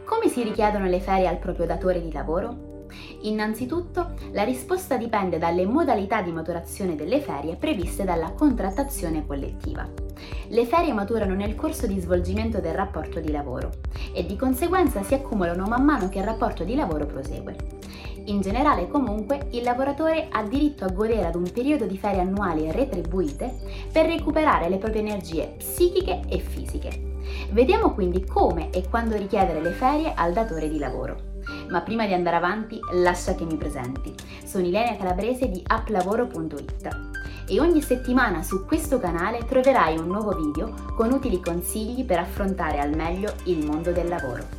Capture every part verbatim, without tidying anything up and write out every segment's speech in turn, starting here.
Come si richiedono le ferie al proprio datore di lavoro? Innanzitutto, la risposta dipende dalle modalità di maturazione delle ferie previste dalla contrattazione collettiva. Le ferie maturano nel corso di svolgimento del rapporto di lavoro e di conseguenza si accumulano man mano che il rapporto di lavoro prosegue. In generale, comunque, il lavoratore ha diritto a godere ad un periodo di ferie annuali retribuite per recuperare le proprie energie psichiche e fisiche. Vediamo quindi come e quando richiedere le ferie al datore di lavoro. Ma prima di andare avanti, lascia che mi presenti. Sono Ilenia Calabrese di applavoro punto it e ogni settimana su questo canale troverai un nuovo video con utili consigli per affrontare al meglio il mondo del lavoro.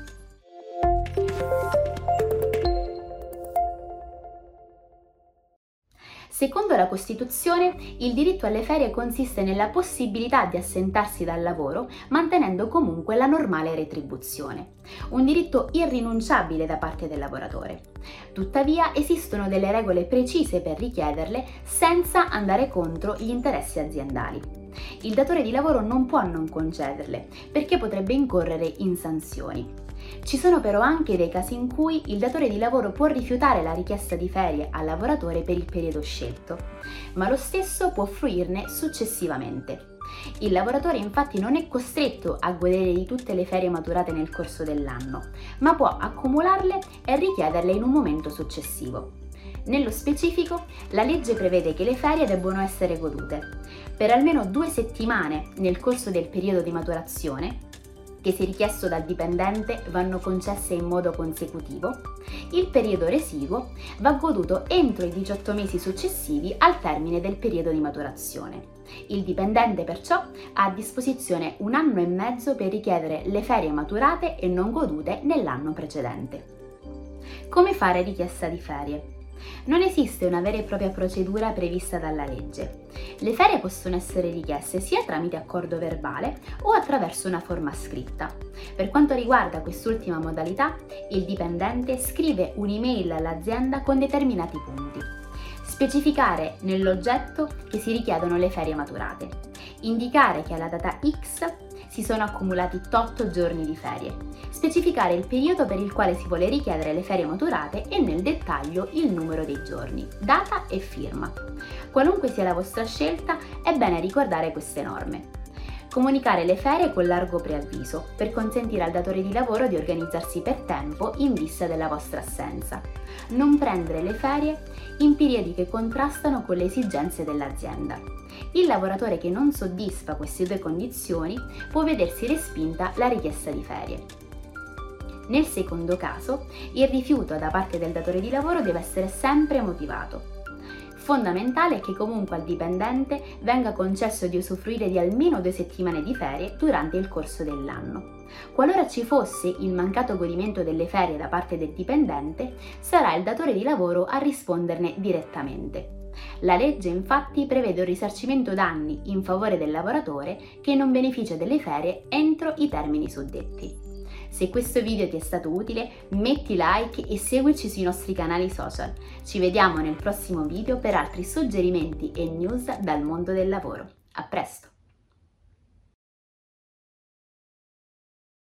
Secondo la Costituzione, il diritto alle ferie consiste nella possibilità di assentarsi dal lavoro mantenendo comunque la normale retribuzione, un diritto irrinunciabile da parte del lavoratore. Tuttavia esistono delle regole precise per richiederle senza andare contro gli interessi aziendali. Il datore di lavoro non può non concederle perché potrebbe incorrere in sanzioni. Ci sono però anche dei casi in cui il datore di lavoro può rifiutare la richiesta di ferie al lavoratore per il periodo scelto, ma lo stesso può fruirne successivamente. Il lavoratore infatti non è costretto a godere di tutte le ferie maturate nel corso dell'anno, ma può accumularle e richiederle in un momento successivo. Nello specifico, la legge prevede che le ferie debbono essere godute per almeno due settimane nel corso del periodo di maturazione, che se richiesto dal dipendente vanno concesse in modo consecutivo. Il periodo residuo va goduto entro i diciotto mesi successivi al termine del periodo di maturazione. Il dipendente perciò ha a disposizione un anno e mezzo per richiedere le ferie maturate e non godute nell'anno precedente. Come fare richiesta di ferie? Non esiste una vera e propria procedura prevista dalla legge. Le ferie possono essere richieste sia tramite accordo verbale o attraverso una forma scritta. Per quanto riguarda quest'ultima modalità, il dipendente scrive un'email all'azienda con determinati punti. Specificare nell'oggetto che si richiedono le ferie maturate. Indicare che alla data X si sono accumulati otto giorni di ferie. Specificare il periodo per il quale si vuole richiedere le ferie maturate e nel dettaglio il numero dei giorni, data e firma. Qualunque sia la vostra scelta, è bene ricordare queste norme. Comunicare le ferie con largo preavviso per consentire al datore di lavoro di organizzarsi per tempo in vista della vostra assenza. Non prendere le ferie in periodi che contrastano con le esigenze dell'azienda. Il lavoratore che non soddisfa queste due condizioni può vedersi respinta la richiesta di ferie. Nel secondo caso, il rifiuto da parte del datore di lavoro deve essere sempre motivato. Fondamentale è che comunque al dipendente venga concesso di usufruire di almeno due settimane di ferie durante il corso dell'anno. Qualora ci fosse il mancato godimento delle ferie da parte del dipendente, sarà il datore di lavoro a risponderne direttamente. La legge infatti prevede un risarcimento danni in favore del lavoratore che non beneficia delle ferie entro i termini suddetti. Se questo video ti è stato utile, metti like e seguici sui nostri canali social. Ci vediamo nel prossimo video per altri suggerimenti e news dal mondo del lavoro. A presto!